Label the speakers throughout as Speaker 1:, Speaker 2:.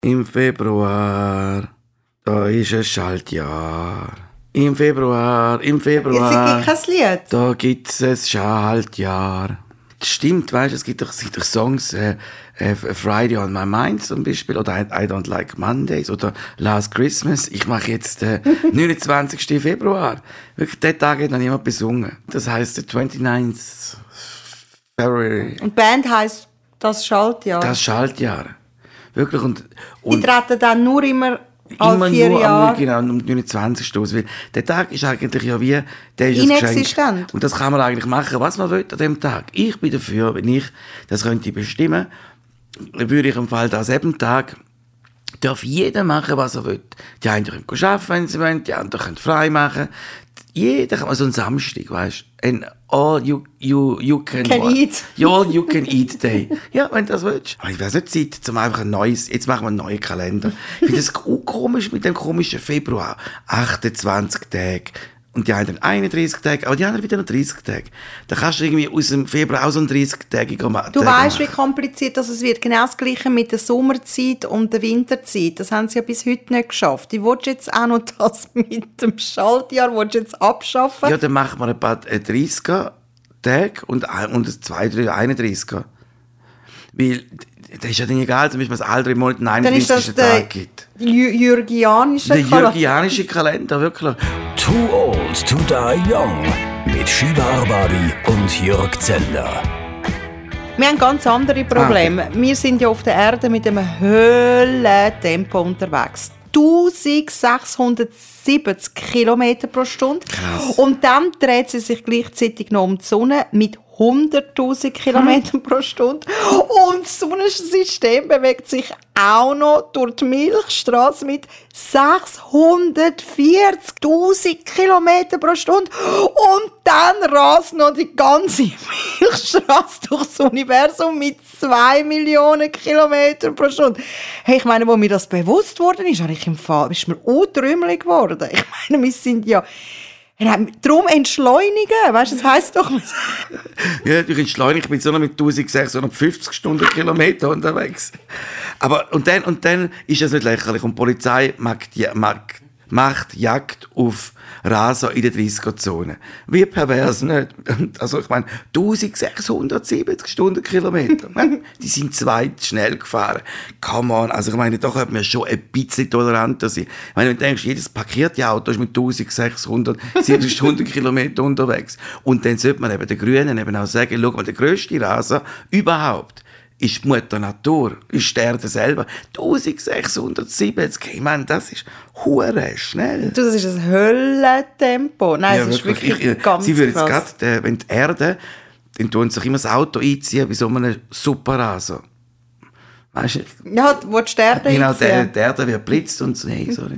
Speaker 1: Im Februar, da ist ein Schaltjahr. Im Februar,
Speaker 2: Es gibt kein Lied.
Speaker 1: da gibt's ein Schaltjahr. Das stimmt, weißt du, es gibt doch Songs, Friday on My Mind zum Beispiel, oder I Don't Like Mondays, oder Last Christmas. Ich mache jetzt 29. Februar. Wirklich, den Tag hat noch niemand besungen. Das heisst, der 29th February.
Speaker 2: Und die Band heisst «Das Schaltjahr».
Speaker 1: Das Schaltjahr. Wirklich,
Speaker 2: Die treten dann nur immer alle
Speaker 1: immer
Speaker 2: 4
Speaker 1: nur
Speaker 2: Jahre.
Speaker 1: genau, am 29. aus. Weil der Tag ist eigentlich ja wie, der ist ein
Speaker 2: Inexistent.
Speaker 1: Geschenk. Und das kann man eigentlich machen, was man will an dem Tag. Ich bin dafür, wenn ich das könnte bestimmen, würde ich im Fall an diesem Tag darf jeder machen, was er will. Die einen können arbeiten, wenn sie wollen, die anderen können frei machen. Jeder kann, also ein Samstag, weißt du, ein all you can
Speaker 2: eat.
Speaker 1: All you can eat day. Ja, wenn du das willst. Aber ich weiß nicht Zeit, um einfach ein neues, jetzt machen wir einen neuen Kalender. Ich finde das komisch mit dem komischen Februar. 28 Tage. Und die einen 31 Tage, aber die anderen wieder noch 30 Tage. Da kannst du irgendwie aus dem Februar auch so einen 30-tägigen machen.
Speaker 2: Du weißt, wie kompliziert das wird. Genau das Gleiche mit der Sommerzeit und der Winterzeit. Das haben sie ja bis heute nicht geschafft. Ich wollte jetzt auch noch das mit dem Schaltjahr jetzt abschaffen.
Speaker 1: Ja, dann machen wir ein paar 30er-Tage und ein 2, 3, 31er. Weil, das ist ja dann egal, zum Beispiel, was alle 3 Monate einen 31. Tag gibt.
Speaker 2: Jürgianische
Speaker 1: Der jürgianische Kalender, wirklich.
Speaker 3: Too Old to Die Young mit Shiva Arbari und Jörg Zeller.
Speaker 2: Wir haben ganz andere Probleme. Wir sind ja auf der Erde mit einem Höllentempo unterwegs. 1670 km pro Stunde.
Speaker 1: Krass.
Speaker 2: Und dann dreht sie sich gleichzeitig noch um die Sonne mit 100'000 km pro Stunde. Und das Sonnensystem bewegt sich auch noch durch die Milchstraße mit 640'000 km pro Stunde. Und dann rast noch die ganze Milchstraße durchs Universum mit 2 Millionen km pro Stunde. Hey, ich meine, wo mir das bewusst worden ist, ist mir untrümmelig geworden. Ich meine, wir sind ja... Darum entschleunigen, weißt du, das heisst doch...
Speaker 1: Ja, durch entschleunigen, ich bin so noch mit 1650 Stundenkilometer unterwegs. Aber, und dann ist das nicht lächerlich. Und die Polizei macht Jagd auf Raser in der 30er-Zone. Wie pervers nicht? Also ich meine, 1670 Stundenkilometer. Die sind zweit schnell gefahren. Come on. Also ich meine, da könnte man schon ein bisschen toleranter sein. Ich meine, wenn du denkst, jedes parkierte Auto ist mit 1670 Stundenkilometer unterwegs. Und dann sollte man eben den Grünen eben auch sagen, schau mal, der grösste Raser überhaupt ist die Mutter Natur, ist die Erde selber. 1670, ich meine, das ist hure schnell.
Speaker 2: Das ist ein Höllentempo. Nein,
Speaker 1: Ja,
Speaker 2: es ist wirklich ganz
Speaker 1: Sie würden
Speaker 2: krass.
Speaker 1: jetzt gerade, wenn die Erde, dann tun sich immer das Auto einziehen bei so einem Superraser. Weißt du?
Speaker 2: Ja, wo die Erde
Speaker 1: Genau,
Speaker 2: einziehen.
Speaker 1: die Erde wird blitzt und so. Hey, sorry.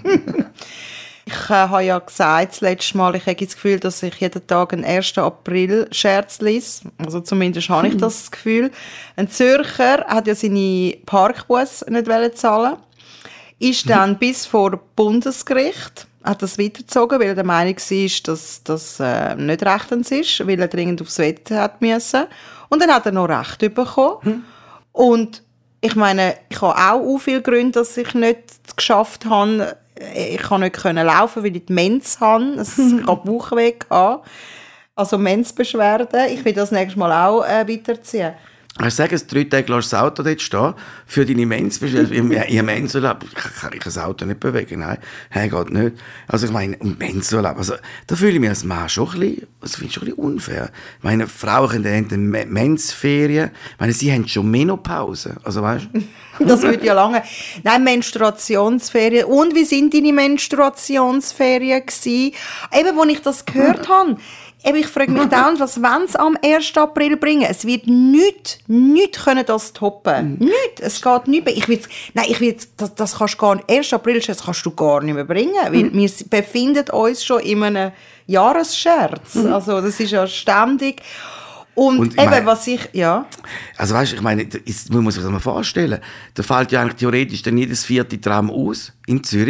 Speaker 2: Ich habe ja gesagt, das letzte Mal, ich habe das Gefühl, dass ich jeden Tag einen 1. April-Scherz lese. Also zumindest habe ich das Gefühl. Ein Zürcher hat ja seine Parkbusse nicht zahlen. Ist dann bis vor Bundesgericht, hat das weitergezogen, weil er der Meinung war, dass das nicht rechtens ist, weil er dringend aufs Wetter hat müssen. Und dann hat er noch Recht bekommen. Und ich meine, ich habe auch viele Gründe, dass ich nicht geschafft habe. Ich konnte nicht laufen, weil ich die Mens habe. Ich habe Bauchweh gehabt. Also Mensbeschwerden. Ich will das nächstes Mal auch weiterziehen.
Speaker 1: Ich sage, 3 Tage lässt das Auto dort stehen, für deine Mensbeschwerden. Ihr Mensurlaub, kann ich das Auto nicht bewegen, nein, geht nicht. Also ich meine, Mensurlaub, also da fühle ich mich als Mann schon ein bisschen, das finde ich schon ein bisschen unfair. Ich meine, Frauen haben Mensferien, ich meine, sie haben schon Menopause, also weißt du?
Speaker 2: Das würde ja lange. Nein, Menstruationsferien. Und wie sind deine Menstruationsferien gewesen? Eben, als ich das gehört habe. Eben, ich frage mich dann, was wollen sie am 1. April bringen? Es wird nichts können das toppen. Nichts. Es geht nicht mehr. Das kannst du gar nicht. 1. April, das kannst du gar nicht mehr bringen. Weil wir befinden uns schon in einem Jahresscherz. Also, das ist ja ständig. Und eben,
Speaker 1: meine,
Speaker 2: ja.
Speaker 1: Also weißt du, ich meine, man muss sich das mal vorstellen. Da fällt ja eigentlich theoretisch dann jedes 4. Tram aus in Zürich.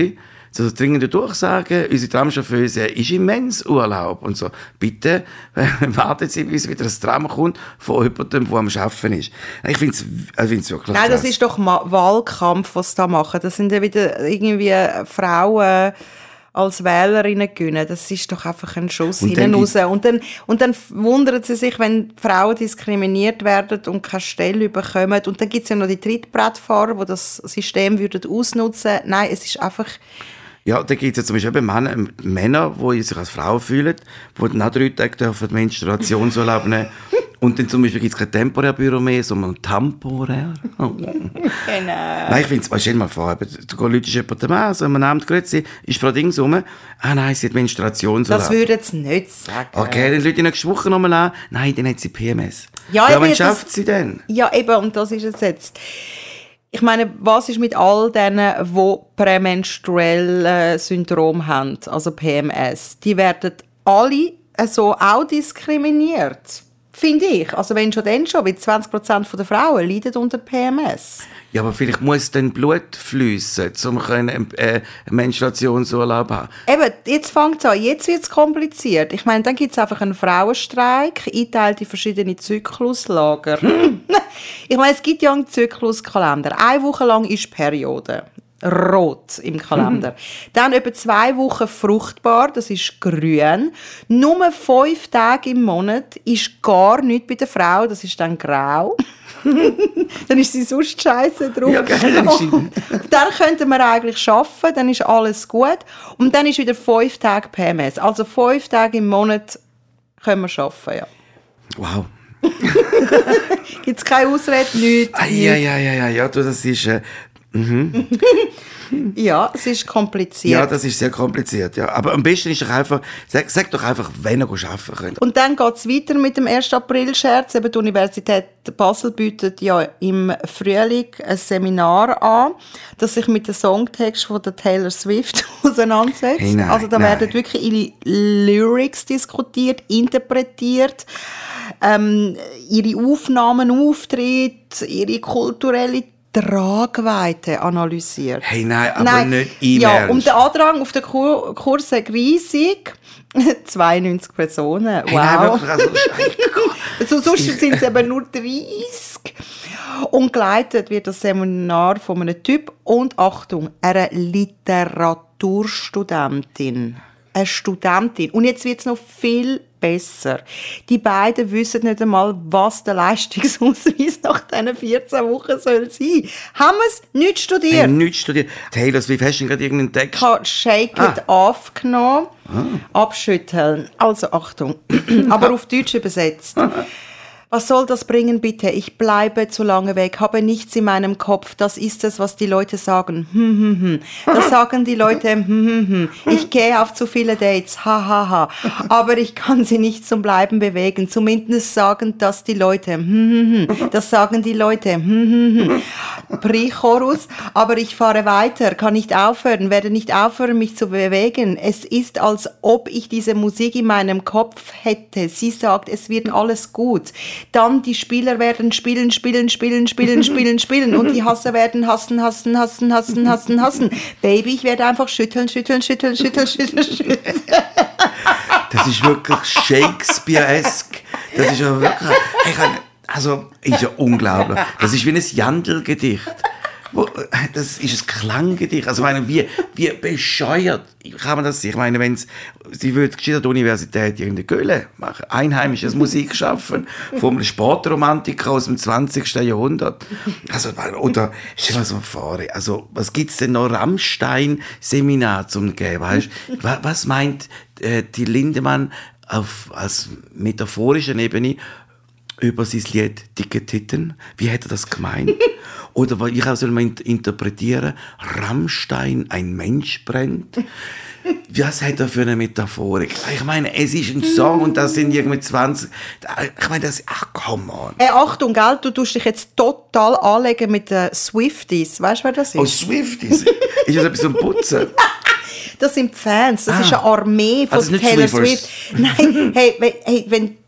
Speaker 1: so dringende Durchsage, unsere Tramchauffeuse ist im Mensurlaub und so. Bitte warten Sie, bis wieder ein Tram kommt von jemandem, der am Arbeiten ist. Ich finde es wirklich
Speaker 2: Nein, das
Speaker 1: krass.
Speaker 2: ist doch Wahlkampf, was sie da machen. Das sind ja wieder irgendwie Frauen als Wählerinnen gewinnen. Das ist doch einfach ein Schuss hinten raus. Und dann wundern sie sich, wenn Frauen diskriminiert werden und keine Stelle bekommen. Und dann gibt es ja noch die Trittbrettfahrer, die das System ausnutzen würden. Nein, es ist einfach...
Speaker 1: Ja, da gibt es ja zum Beispiel Männer, die sich als Frau fühlen, die nach 3 Tagen dürfen Menstruationsurlaub nehmen. Und dann zum Beispiel gibt es kein Temporärbüro mehr, sondern temporär. Oh.
Speaker 2: Genau.
Speaker 1: Nein, ich finde es, stell dir mal vor, du läutest jemandem an, so am Abend grüezi, ist Frau Dings rum, nein, sie hat Menstruationsurlaub.
Speaker 2: Das würden sie nicht sagen.
Speaker 1: Okay, dann läute ich nächste Woche nochmal an, nein, dann hat sie PMS.
Speaker 2: Ja,
Speaker 1: wann schafft sie denn?
Speaker 2: Ja, eben, und das ist es jetzt. Ich meine, was ist mit all denen, die prämenstruelles Syndrom haben, also PMS? Die werden alle so auch diskriminiert, finde ich. Also wenn schon, dann schon, weil 20% der Frauen leiden unter PMS.
Speaker 1: Ja, aber vielleicht muss dann Blut fliessen, um einen Menstruationsurlaub zu haben.
Speaker 2: Eben, jetzt fängt es an, jetzt wird es kompliziert. Ich meine, dann gibt es einfach einen Frauenstreik, eingeteilt in verschiedene Zykluslager. Ich meine, es gibt ja einen Zykluskalender. 1 Woche lang ist Periode. Rot im Kalender. Dann etwa 2 Wochen fruchtbar, das ist grün. Nur 5 Tage im Monat ist gar nichts bei der Frau, das ist dann grau. Dann ist sie sonst scheiße drauf.
Speaker 1: Ja, geil,
Speaker 2: dann könnten wir eigentlich arbeiten, dann ist alles gut. Und dann ist wieder 5 Tage PMS. Also 5 Tage im Monat können wir arbeiten, ja.
Speaker 1: Wow.
Speaker 2: Gibt es keine Ausrede, nichts.
Speaker 1: Ja, du, das ist...
Speaker 2: Ja, es ist kompliziert.
Speaker 1: Ja, das ist sehr kompliziert, ja. Aber am besten ist doch einfach, sag doch einfach, wenn ihr arbeiten könnt.
Speaker 2: Und dann geht es weiter mit dem 1. April-Scherz. Die Universität Basel bietet ja im Frühling ein Seminar an, das sich mit dem Songtext von der Taylor Swift auseinandersetzt.
Speaker 1: Hey, nein,
Speaker 2: also da
Speaker 1: nein.
Speaker 2: werden wirklich ihre Lyrics diskutiert, interpretiert, ihre Aufnahmen, Auftritte, ihre kulturelle Tragweite analysiert.
Speaker 1: Hey, nein, aber nicht im
Speaker 2: Ja,
Speaker 1: Ernst.
Speaker 2: und der Andrang auf den Kurs ist riesig. 92 Personen, wow.
Speaker 1: Hey, nein, wirklich, also,
Speaker 2: Sonst sind es eben nur 30. Und geleitet wird das Seminar von einem Typ und, Achtung, einer Literaturstudentin. Eine Studentin. Und jetzt wird es noch viel besser. Die beiden wissen nicht einmal, was der Leistungsausweis nach diesen 14 Wochen soll sein. Haben wir es nicht studiert?
Speaker 1: Hey, nichts studiert. Taylor Swift, hast du gerade irgendeinen Text?
Speaker 2: Ich habe Shake It Off genommen, abschütteln. Also Achtung, aber auf Deutsch übersetzt. Was soll das bringen, bitte? Ich bleibe zu lange weg, habe nichts in meinem Kopf. Das ist es, was die Leute sagen. Das sagen die Leute. Ich gehe auf zu viele Dates. Ha. Aber ich kann sie nicht zum Bleiben bewegen. Zumindest sagen das die Leute. Das sagen die Leute. Pre-Chorus. Aber ich fahre weiter, kann nicht aufhören, werde nicht aufhören, mich zu bewegen. Es ist, als ob ich diese Musik in meinem Kopf hätte. Sie sagt, es wird alles gut. Dann die Spieler werden spielen. Und die Hasser werden hassen. Baby, ich werde einfach schütteln.
Speaker 1: Das ist wirklich Shakespeare-esk. Das ist ja wirklich... Also, ist ja unglaublich. Das ist wie ein Jandl-Gedicht. Das ist ein Klanggedicht. Also, ich meine, wie bescheuert kann man das sein? Ich meine, wenn sie würde an der Universität in der Gölle machen, einheimisches Musik schaffen, von einem Sportromantiker aus dem 20. Jahrhundert. Also, oder, stell dir mal so vor, also, was gibt's denn noch? Rammstein-Seminar zum geben, weißt? Was meint die Lindemann als metaphorische Ebene über sein Lied «Dicke Titten»? Wie hätte er das gemeint? Oder wie soll man interpretieren? «Rammstein, ein Mensch brennt»? Was hat er für eine Metaphorik? Ich meine, es ist ein Song und das sind irgendwie 20... Ich meine, come on.
Speaker 2: Achtung, gell? Du tust dich jetzt total anlegen mit den Swifties. Weißt du, wer das ist?
Speaker 1: Oh, Swifties? Ist das etwas zum Putzen?
Speaker 2: Das sind die Fans. Das ist eine Armee von
Speaker 1: Also
Speaker 2: Taylor
Speaker 1: Swifties.
Speaker 2: Swift. Nein, hey, wenn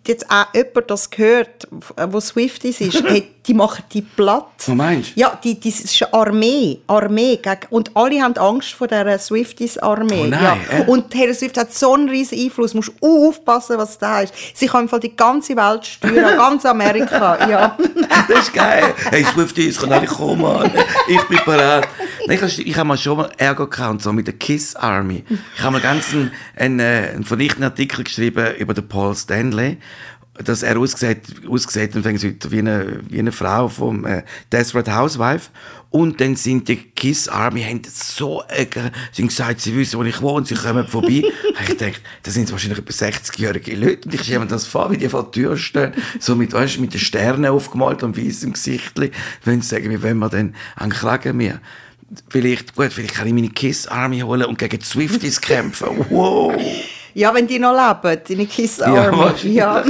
Speaker 2: jetzt auch jemand das gehört, wo Swifties ist, hey, die machen die platt.
Speaker 1: Was meinst du?
Speaker 2: Ja, das ist eine Armee und alle haben Angst vor dieser Swifties-Armee.
Speaker 1: Oh nein,
Speaker 2: ja. Und Taylor Swift hat so einen riesen Einfluss, du musst aufpassen, was da ist. Sie kann im Fall die ganze Welt steuern, ganz Amerika. Ja.
Speaker 1: Das ist geil. Hey, Swifties, kann alle kommen, Mann. Ich bin bereit. Ich habe mal schon mal Ärger gehabt, und so mit der Kiss Army. Ich habe mal einen vernichtenden Artikel geschrieben über den Paul Stanley, dass er aussieht und wie eine Frau vom Desperate Housewife. Und dann sind die Kiss Army haben so sind gesagt, sie wissen, wo ich wohne, sie kommen vorbei. Ich denke, das sind wahrscheinlich etwa 60-jährige Leute. Und ich stelle mir das vor, wie die vor der Tür stehen, so mit den Sternen aufgemalt und weißem Gesicht. Wenn sie sagen, wie wollen wir denn anklagen wir? Vielleicht kann ich meine Kiss Army holen und gegen die Swifties kämpfen. Wow!
Speaker 2: Ja, wenn die noch leben, deine Kiss Army.
Speaker 1: Ja.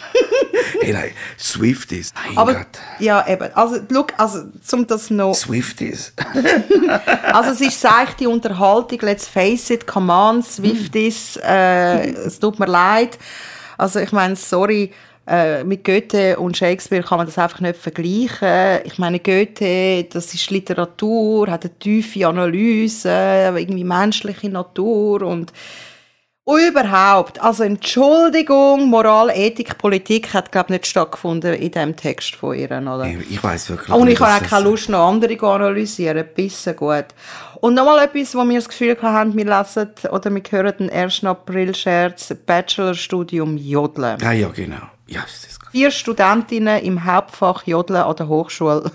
Speaker 1: Hey, nein, Swifties. Mein
Speaker 2: Aber,
Speaker 1: Gott.
Speaker 2: ja, eben. Also, um das noch...
Speaker 1: Swifties.
Speaker 2: Also, es ist seichte Unterhaltung. Let's face it, come on, Swifties. Es tut mir leid. Also, ich meine, sorry, mit Goethe und Shakespeare kann man das einfach nicht vergleichen. Ich meine, Goethe, das ist Literatur, hat eine tiefe Analyse, irgendwie menschliche Natur und überhaupt. Also Entschuldigung, Moral, Ethik, Politik hat, glaube ich, nicht stattgefunden in diesem Text von ihr. Oder?
Speaker 1: Ich weiss wirklich
Speaker 2: und
Speaker 1: nicht.
Speaker 2: ich habe auch keine Lust, noch andere zu analysieren. Bisschen gut. Und nochmal etwas, wo wir das Gefühl haben, wir lesen oder wir hören den 1. April-Scherz, Bachelorstudium Jodeln.
Speaker 1: Ja, genau. Ja, das ist gut.
Speaker 2: 4 Studentinnen im Hauptfach Jodeln an der Hochschule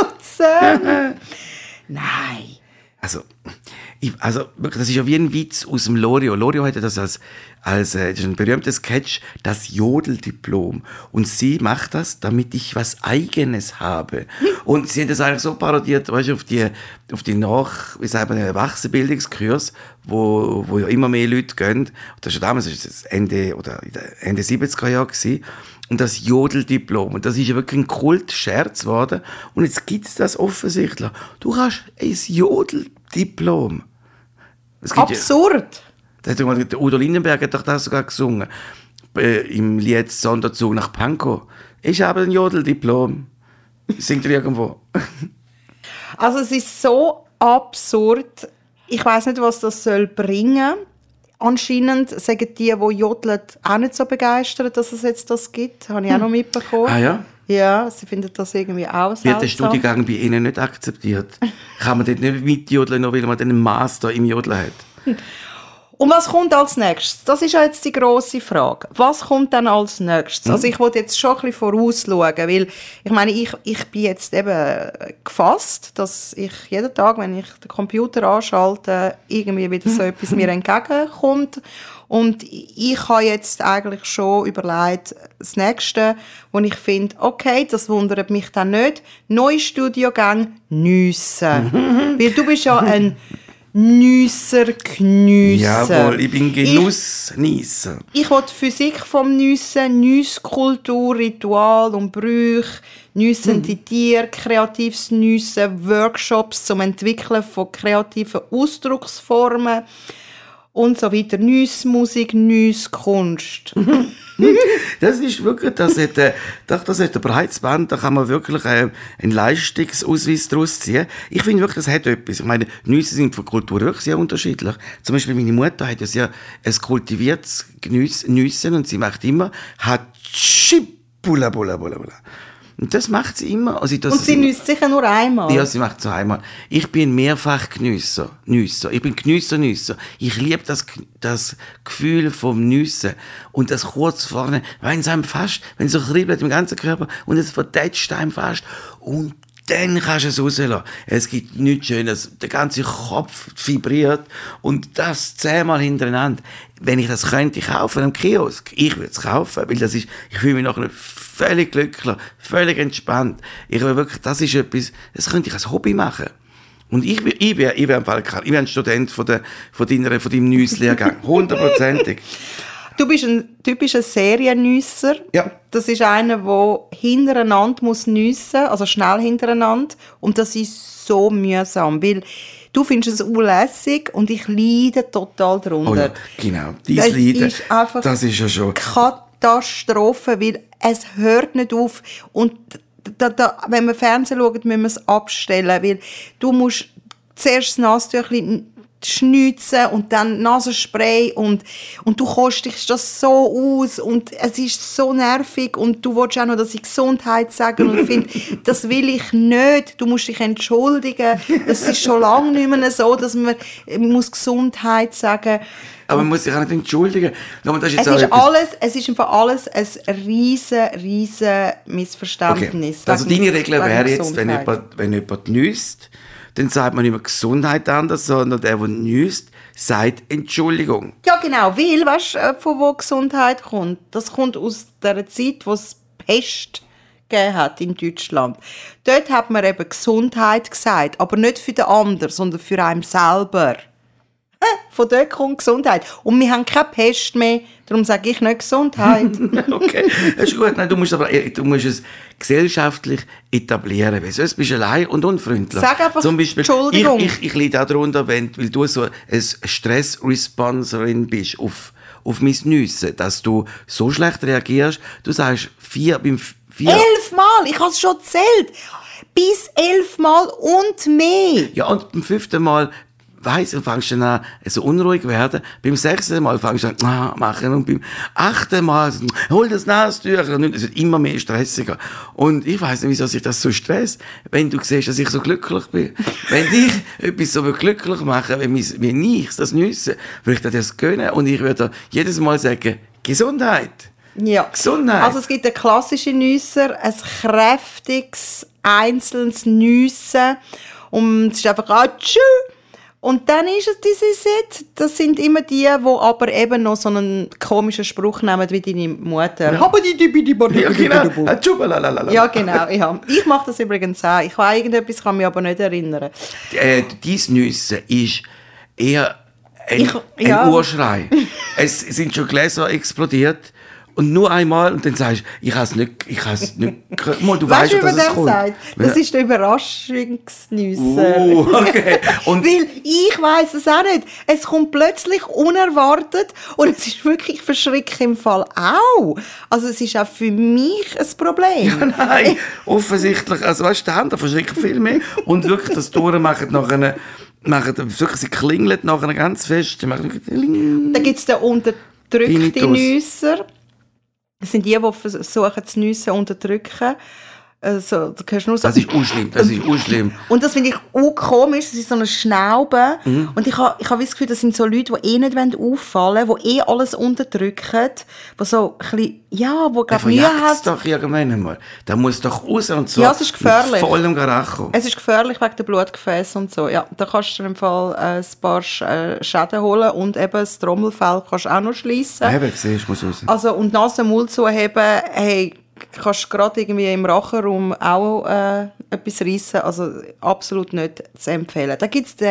Speaker 2: Luzern. Nein.
Speaker 1: Also wirklich, das ist ja wie ein Witz aus dem Loriot. Loriot hatte das als das ist ein berühmter Sketch, das Jodeldiplom. Und sie macht das, damit ich was Eigenes habe. Und sie hat das eigentlich so parodiert, weißt du, auf die Erwachsenenbildungskurs, wo ja immer mehr Leute gehen. Das war damals das Ende 70er Jahre gewesen. Und das Jodeldiplom. Und das ist ja wirklich ein Kultscherz geworden. Und jetzt gibt es das offensichtlich. Du hast ein Jodeldiplom.
Speaker 2: Absurd.
Speaker 1: Der Udo Lindenberg hat doch das sogar gesungen. Im Lied Sonderzug nach Pankow. Ich habe ein Jodeldiplom. Singt er irgendwo.
Speaker 2: Also es ist so absurd. Ich weiss nicht, was das soll bringen. Anscheinend sagen die jodeln, auch nicht so begeistert, dass es jetzt das gibt. Habe ich auch noch mitbekommen.
Speaker 1: Ah ja?
Speaker 2: Ja, sie finden das irgendwie auch seltsam.
Speaker 1: Wird der Studiengang bei Ihnen nicht akzeptiert? Kann man dort nicht mitjodeln, nur weil man einen Master im Jodeln hat?
Speaker 2: Und was kommt als nächstes? Das ist ja jetzt die grosse Frage. Was kommt dann als nächstes? Also ich wollte jetzt schon ein bisschen vorausschauen, weil ich meine, ich bin jetzt eben gefasst, dass ich jeden Tag, wenn ich den Computer anschalte, irgendwie wieder so etwas mir entgegenkommt. Und ich habe jetzt eigentlich schon überlegt, das Nächste, wo ich finde, okay, das wundert mich dann nicht, neue Studiogänge, Nüsse. Weil du bist ja ein Nüsser.
Speaker 1: Jawohl, ich bin Genussniesser.
Speaker 2: Ich will die Physik vom Nüssen, Nüsskultur, Ritual und Brüche, Nüssende Tiere, kreatives Nüssen, Workshops zum Entwickeln von kreativen Ausdrucksformen und so weiter. Nüssmusik, Nüsskunst.
Speaker 1: Das ist wirklich, das hat ein breites Band, da kann man wirklich einen Leistungsausweis daraus ziehen. Ich finde wirklich, das hat etwas. Ich meine, Nüsse sind von Kultur wirklich sehr unterschiedlich. Zum Beispiel meine Mutter hat ja sehr ein kultiviertes Nüssen und sie macht immer Hatschibula, bula, bula, bula. Und das macht sie immer. Also
Speaker 2: und sie nüsst sicher nur einmal?
Speaker 1: Ja, sie macht es einmal. Ich bin mehrfach Nüsser. Ich bin Nüsser. Ich liebe das Gefühl vom Nüssen. Und das kurz vorne, wenn es so kribbelt im ganzen Körper und es vertätscht einem fast. Und dann kannst du es rauslassen. Es gibt nichts Schönes. Der ganze Kopf vibriert und das 10-mal hintereinander. Wenn ich das könnte kaufen am Kiosk, ich würde es kaufen, weil ich fühle mich nachher völlig glücklich, völlig entspannt. Das ist etwas, das könnte ich als Hobby machen. Und ich wäre ein Student von deinem Nüsslehrgang, 100%.
Speaker 2: Du bist ein typischer Seriennüsser.
Speaker 1: Ja.
Speaker 2: Das ist einer, der hintereinander muss nüssen, also schnell hintereinander. Und das ist so mühsam, weil du findest es unlässig und ich leide total darunter.
Speaker 1: Oh ja, genau. Dein Leiden, das ist ja schon...
Speaker 2: Katastrophe, weil es hört nicht auf. Und wenn wir Fernsehen schauen, müssen wir es abstellen, weil du musst zuerst das Nasentüchchen schnitzen und dann Nasenspray und du kostest das so aus und es ist so nervig und du willst auch noch, dass ich Gesundheit sagen und ich finde, das will ich nicht. Du musst dich entschuldigen. Es ist schon lange nicht mehr so, dass man muss Gesundheit sagen.
Speaker 1: Aber man muss sich auch nicht entschuldigen. Das ist
Speaker 2: es ist einfach alles ein riesen Missverständnis.
Speaker 1: Okay. Also deine Regel wäre jetzt, wenn jemand niesst, dann sagt man nicht mehr Gesundheit anders, sondern der niesst, sagt Entschuldigung.
Speaker 2: Ja, genau. Weil, weißt du, von wo Gesundheit kommt? Das kommt aus der Zeit, wo es Pest gegeben hat in Deutschland. Dort hat man eben Gesundheit gesagt, aber nicht für den anderen, sondern für einen selber. Von dort kommt Gesundheit. Und wir haben keine Pest mehr, darum sage ich nicht Gesundheit.
Speaker 1: Okay, das ist gut. Nein, du musst es gesellschaftlich etablieren, weil sonst bist du allein und unfreundlich.
Speaker 2: Sag einfach
Speaker 1: Zum Beispiel,
Speaker 2: Entschuldigung.
Speaker 1: Ich leide auch darunter, weil du so eine Stressresponserin bist auf mein Nüssen, dass du so schlecht reagierst. Du sagst 11
Speaker 2: Mal, ich habe es schon gezählt. Bis 11 Mal und mehr.
Speaker 1: Ja, und beim 5. Mal fängst du dann an, so unruhig werden. Beim 6. Mal fängst du an, machen. Und beim 8. Mal, hol das Nasentücher. Und es wird immer mehr stressiger. Und ich weiss nicht, wieso sich das so stresst, wenn du siehst, dass ich so glücklich bin. Wenn dich etwas so glücklich machen wie ich das Nüssen, würde ich dir das gönnen. Und ich würde jedes Mal sagen, Gesundheit.
Speaker 2: Ja.
Speaker 1: Gesundheit.
Speaker 2: Also es gibt einen klassischen Nüsser, ein kräftiges, einzelnes Nüssen. Und es ist einfach «Atschü!» Und dann ist es diese Set. Das sind immer die aber eben noch so einen komischen Spruch nehmen wie deine Mutter.
Speaker 1: Ja, genau.
Speaker 2: Ja, genau. Ja. Ich mache das übrigens auch. Ich kann irgendetwas, kann mich aber nicht erinnern.
Speaker 1: Dein Nüssen ist eher ein Urschrei. Es sind schon Gläser explodiert. Und nur einmal, und dann sagst du, ich habe es nicht mal, du weißt, dass es kommt. Sagt?
Speaker 2: Das ist der Überraschungsnüsser.
Speaker 1: Okay. Und
Speaker 2: weil ich weiss es auch nicht. Es kommt plötzlich unerwartet und es ist wirklich verschreckt im Fall auch. Also es ist auch für mich ein Problem.
Speaker 1: Ja, nein, offensichtlich. Also weißt du, die Hände verschrecken viel mehr. Und wirklich das Touren machen sie klingelt nachher ganz fest.
Speaker 2: Da gibt es den unterdrückten Nüsser. Das sind die versuchen, das Nüssen zu unterdrücken. Also, da hörst du nur so.
Speaker 1: Das ist unschlimm.
Speaker 2: Und das finde ich auch komisch. Das ist so eine Schnaube. Mhm. Und ich habe das Gefühl, das sind so Leute, die nicht auffallen wollen, die alles unterdrücken. Die so ein bisschen, wo glaube Mühe haben.
Speaker 1: Doch irgendwann einmal. Da muss doch raus und so.
Speaker 2: Ja, es ist gefährlich.
Speaker 1: Mit vollem Garacho.
Speaker 2: Es ist gefährlich wegen der Blutgefäße und so. Ja, da kannst du dir im Fall ein paar Schäden holen und eben das Trommelfell kannst du auch noch schliessen.
Speaker 1: Eben, siehst, muss raus.
Speaker 2: Also, und Nase und Mund zuheben, hey, kannst du gerade irgendwie im Rachenraum auch etwas reissen. Also absolut nicht zu empfehlen. Da gibt es den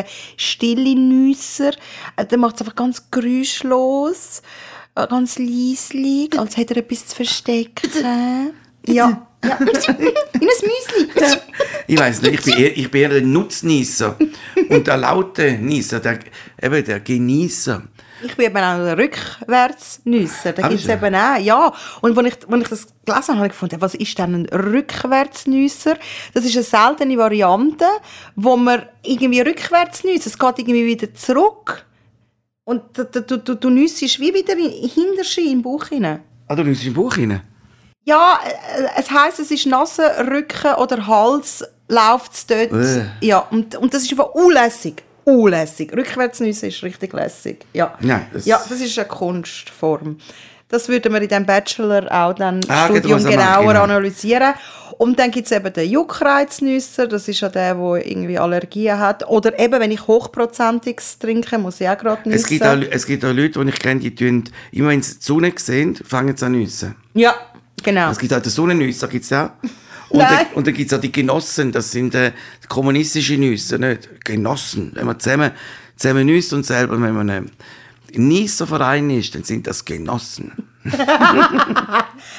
Speaker 2: stillen der macht es einfach ganz geräuschlos, ganz leislich, als hätte er etwas zu verstecken. Ja. In ein Müsli.
Speaker 1: Ich weiss nicht, ich bin eher ein Nutznießer. Und der laute Nießer, der Genießer.
Speaker 2: Ich bin eben auch ein Rückwärtsnüsser. Da gibt es eben auch, ja. Und als ich das gelesen habe, habe ich gefunden, was ist denn ein Rückwärtsnüsser? Das ist eine seltene Variante, wo man irgendwie rückwärts nüsst. Es geht irgendwie wieder zurück. Und du nüssest wie wieder hinterher im Bauch hinein.
Speaker 1: Ah, du nüssest im Bauch hinein?
Speaker 2: Ja, es heisst, es ist Nase, Rücken oder Hals, läuft es dort. Ja, und das ist einfach unlässig. Rückwärtsnüsse ist richtig lässig. Ja. Das ist eine Kunstform. Das würden wir in diesem Bachelor auch dann Studium genauer analysieren. Und dann gibt es eben den Juckreiznüsser. Das ist ja der irgendwie Allergien hat. Oder eben, wenn ich Hochprozentiges trinke, muss ich auch gerade nüssen.
Speaker 1: Es gibt auch Leute, die ich kenne, die immer wenn sie die Sonne sehen, fangen sie an nüssen.
Speaker 2: Ja, genau.
Speaker 1: Es gibt auch den Sonnennüsser, gibt es auch. Und dann gibt es auch die Genossen, das sind kommunistische Nüsse, nicht Genossen. Wenn man zusammen nüsst und selber, wenn man ein Niesserverein ist, dann sind das Genossen.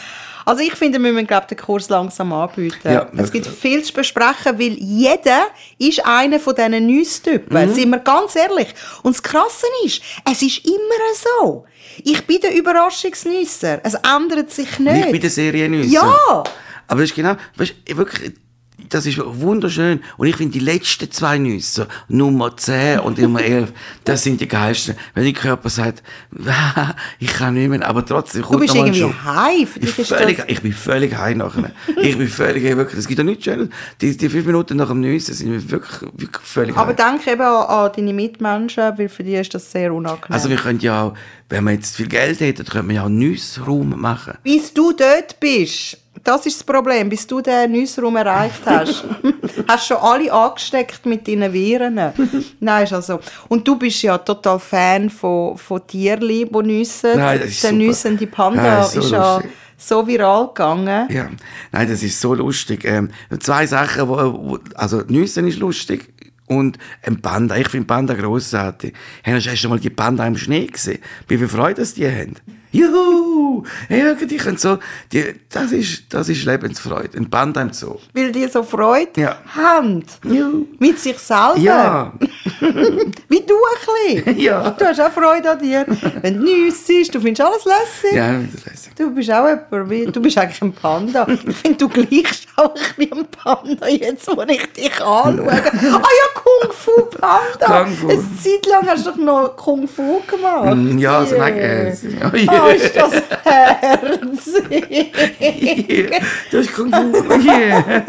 Speaker 2: Also ich finde, wir müssen den Kurs langsam anbieten.
Speaker 1: Ja,
Speaker 2: es gibt viel zu besprechen, weil jeder ist einer von diesen Nüsstypen. Sind wir ganz ehrlich. Und das Krasse ist, es ist immer so. Ich bin der Überraschungsnüsser. Es ändert sich nicht.
Speaker 1: Ich bin der Seriennüsser.
Speaker 2: Ja!
Speaker 1: Aber das ist genau, weißt, wirklich, das ist wunderschön. Und ich finde, die letzten 2 Nüsse, Nummer 10 und Nummer 11, das sind die geilsten. Wenn dein Körper sagt, ich kann nicht mehr, aber trotzdem
Speaker 2: Du
Speaker 1: kommt
Speaker 2: bist
Speaker 1: noch mal ein
Speaker 2: irgendwie
Speaker 1: Schub.
Speaker 2: high.
Speaker 1: Ich bin völlig high nachher. Ich bin völlig, wirklich, es gibt ja nichts Schönes. Die 5 Minuten nach dem Nüssen sind wir wirklich völlig
Speaker 2: Aber
Speaker 1: high.
Speaker 2: denk eben an deine Mitmenschen, weil für die ist das sehr unangenehm.
Speaker 1: Also wir können ja auch, wenn wir jetzt viel Geld hätten, könnten wir ja auch einen Nüssraum machen.
Speaker 2: Bis du dort bist, das ist das Problem, bis du den Nüssraum erreicht hast, hast schon alle angesteckt mit deinen Viren. Nein, ist also. Und du bist ja total Fan von Tierli, die nüssen.
Speaker 1: Nein, das ist
Speaker 2: der
Speaker 1: super.
Speaker 2: nüssende Panda
Speaker 1: Ja, ist so
Speaker 2: ist ja
Speaker 1: lustig.
Speaker 2: so viral gegangen.
Speaker 1: Ja, nein, das ist so lustig. 2 Sachen, also Nüssen ist lustig und ein Panda. Ich finde Panda grossartig. Hast du schon mal die Panda im Schnee gesehen? Wie viel Freude das die haben? Juhu! Ja, die können so, das ist Lebensfreude. Ein Panda im Zoo.
Speaker 2: Weil die so Freude
Speaker 1: Ja.
Speaker 2: haben.
Speaker 1: Juhu.
Speaker 2: Mit sich selber.
Speaker 1: Ja,
Speaker 2: Wie du ein bisschen.
Speaker 1: Ja.
Speaker 2: Du hast auch Freude an dir. Wenn du nüssest, du findest alles lässig.
Speaker 1: ja, das lässig.
Speaker 2: Du bist auch jemand, du bist eigentlich ein Panda. Ich finde, du gleichst auch ein bisschen ein Panda, jetzt, wo ich dich anschaue. Ah ja, Kung Fu Panda.
Speaker 1: Kung Fu.
Speaker 2: Eine Zeit lang hast du doch noch Kung Fu gemacht.
Speaker 1: Ja, so
Speaker 2: Yeah.
Speaker 1: yeah.
Speaker 2: ist das herzig.
Speaker 1: Yeah. Du hast Kung Fu. Yeah.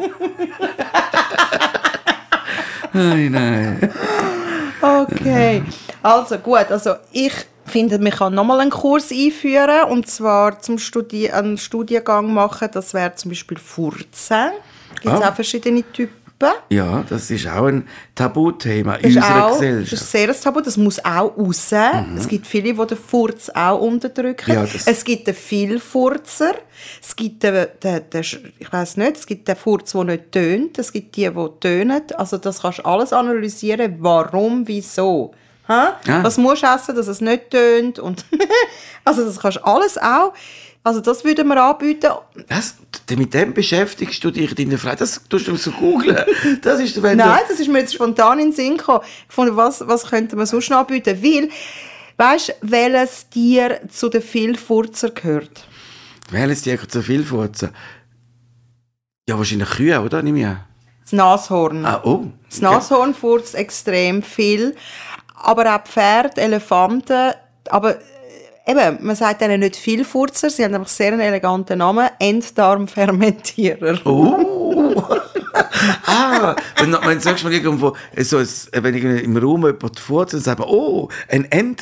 Speaker 1: Nein.
Speaker 2: Okay, also gut, also ich finde, man kann nochmal einen Kurs einführen und zwar einen Studiengang machen, das wäre zum Beispiel Furzen. Gibt es auch verschiedene Typen.
Speaker 1: Ja, das ist auch ein Tabuthema
Speaker 2: Das
Speaker 1: in
Speaker 2: ist
Speaker 1: unserer
Speaker 2: auch, das
Speaker 1: Gesellschaft.
Speaker 2: ist sehr ein Tabu, das muss auch raus. Es gibt viele, die den Furz auch unterdrücken.
Speaker 1: Ja,
Speaker 2: es gibt den Vielfurzer, es gibt ich weiss nicht, es gibt den Furz, der nicht tönt, es gibt die tönen. Also das kannst du alles analysieren, warum, wieso. Ha?
Speaker 1: Ja.
Speaker 2: Was musst du essen, dass es nicht tönt? Und also das kannst du alles auch. Also das würden wir anbieten.
Speaker 1: Mit dem beschäftigst du dich in der Freizeit. Das tust du so googeln. Das ist, wenn
Speaker 2: Nein, das ist mir jetzt spontan in den Sinn gekommen. Ich fand, was könnte man sonst noch anbieten? Weil, weißt du, welches Tier zu den Vielfurzer gehört?
Speaker 1: Welches Tier zu viel furzen? Ja, wahrscheinlich Kühe, oder? Nicht mehr.
Speaker 2: Das Nashorn.
Speaker 1: Ah, oh.
Speaker 2: Das Nashorn furzt extrem viel. Aber auch Pferde, Elefanten. Aber eben, man sagt ihnen nicht Vielfurzer, sie haben einfach sehr einen eleganten Namen. Enddarmfermentierer.
Speaker 1: Oh. Wenn du sagst mal irgendwo, wenn im Raum jemand furzt, dann sagt man, oh, ein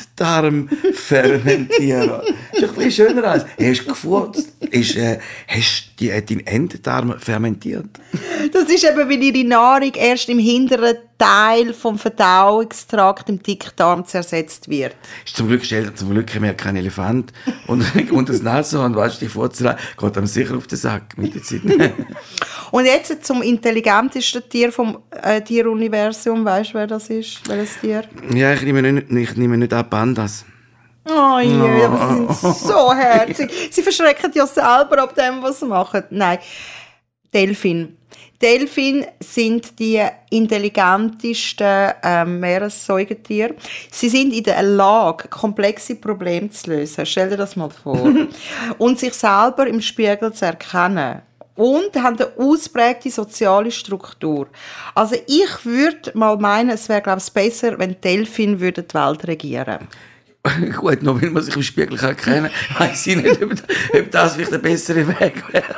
Speaker 1: Enddarmfermentierer. Das ist ein bisschen schöner als, hast du gefurzt? Hast du deinen Enddarm fermentiert?
Speaker 2: Das ist eben, weil ihre Nahrung erst im hinteren Teil vom Verdauungstrakt im Dickdarm zersetzt wird.
Speaker 1: Zum Glück haben wir keinen Elefant und das Nashorn, weißt du, die Furzelei geht einem sicher auf den Sack mit der Zeit.
Speaker 2: Und jetzt zum intelligentesten Tier vom Tieruniversum. Weißt du, wer das ist? Welches Tier?
Speaker 1: Ja, ich nehme nicht an Pandas.
Speaker 2: Oh je, aber sie sind so herzig. Sie verschrecken ja selber ab dem, was sie machen. Nein, Delfin. Delfine sind die intelligentesten Meeressäugetiere. Sie sind in der Lage, komplexe Probleme zu lösen. Stell dir das mal vor. Und sich selber im Spiegel zu erkennen. Und haben eine ausprägte soziale Struktur. Also ich würde mal meinen, es wäre, glaube ich, besser, wenn Delfine die Welt regieren.
Speaker 1: Gut, nur wenn man sich im Spiegel erkennen kann, weiss ich nicht, ob das vielleicht der bessere Weg wäre.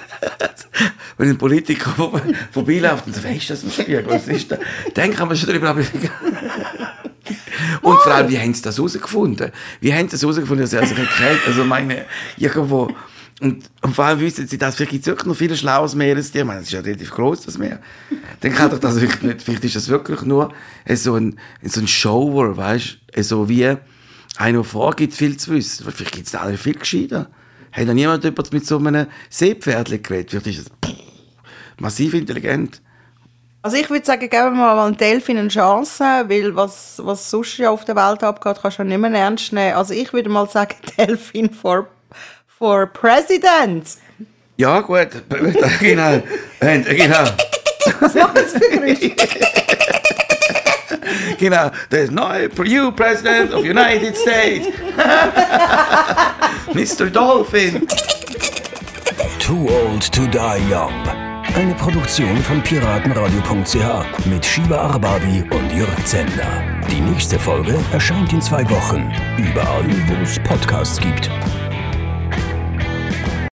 Speaker 1: Wenn ein Politiker vorbeiläuft und sagt, weisst du das im Spiegel? Was ist das? Dann kann man schon darüber abreden. Und vor allem, wie haben sie das herausgefunden? Dass er sich erkennt? Also meine, irgendwo... Und vor allem wissen sie, dass vielleicht wirklich noch viele schlaues Meerestier. Ich meine, das ist ja relativ gross, das Meer. Dann kann doch das wirklich nicht. Vielleicht ist das wirklich nur so ein Shower, weißt du? So wie einer, der vorgibt, viel zu wissen. Vielleicht gibt es alle viel gescheiter. Hat noch niemand mit so einem Seepferdchen geredet? Vielleicht ist das massiv intelligent.
Speaker 2: Also ich würde sagen, geben wir mal einem Delfin eine Chance, weil was sonst ja auf der Welt abgeht, kannst du ja nicht mehr ernst nehmen. Also ich würde mal sagen, Delfin for President.
Speaker 1: Ja, gut. Genau. Genau.
Speaker 2: Was macht das für Geräusche?
Speaker 1: Genau. There's no you, President of United States. Mr. Dolphin.
Speaker 3: Too Old to Die Young. Eine Produktion von piratenradio.ch mit Shiva Arbabi und Jörg Zender. Die nächste Folge erscheint in 2 Wochen. Überall, wo es Podcasts gibt.